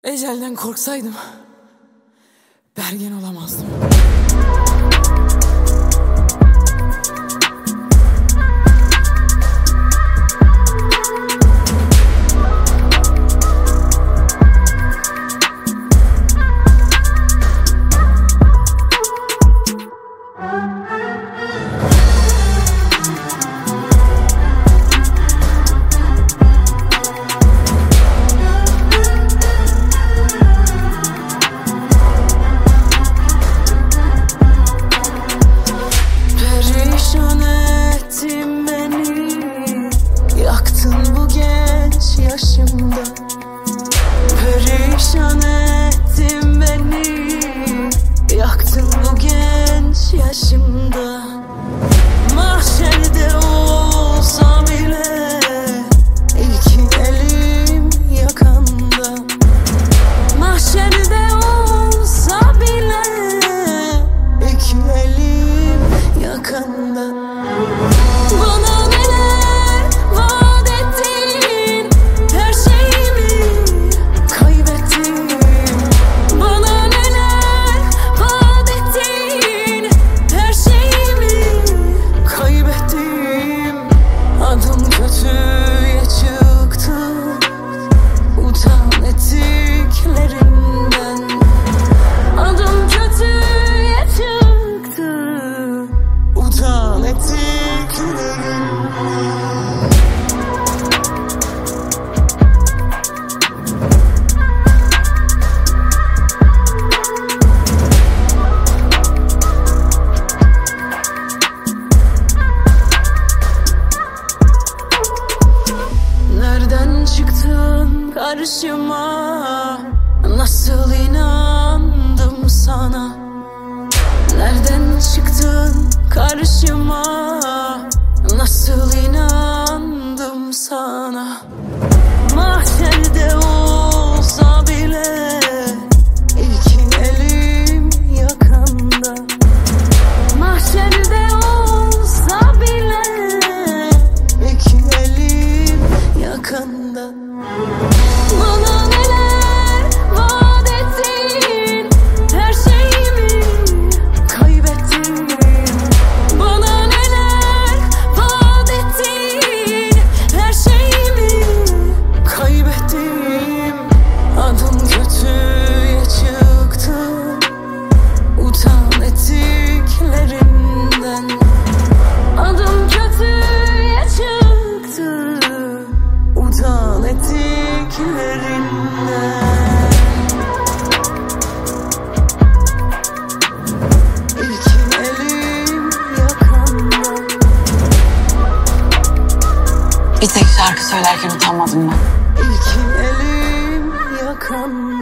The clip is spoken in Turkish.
Ecelden korksaydım Bergen olamazdım. Yaşımda perişan ettin beni, yaktın bu genç yaşımda. Mahşerde olsa bile iki elim yakanda. Mahşerde olsa bile iki elim yakanda. Bana neler vaat ettin, her şeyimi kaybettim. Bana neler vaat ettin, her şeyimi kaybettim. Adım kötüye çıktı, utan ettiklerinden. Adım kötüye çıktı, utan ettiklerinden. Nereden çıktın karşıma, nasıl inandım sana? Nereden çıktın karşıma, nasıl inandım sana? Mahşerde olsa bile iki elim yakanda. Mahşerde olsa bile iki elim yakanda. Bana neler vaat ettin, her şeyimi kaybettim. Bana neler vaat ettin, her şeyimi kaybettim. Adım kötüye çıktı, utan ettiklerinden. Adım kötüye çıktı, utan ettiklerinden. İki elim yakanda. Bir tek şarkı söylerken utanmadım ben. İki elim yakanda.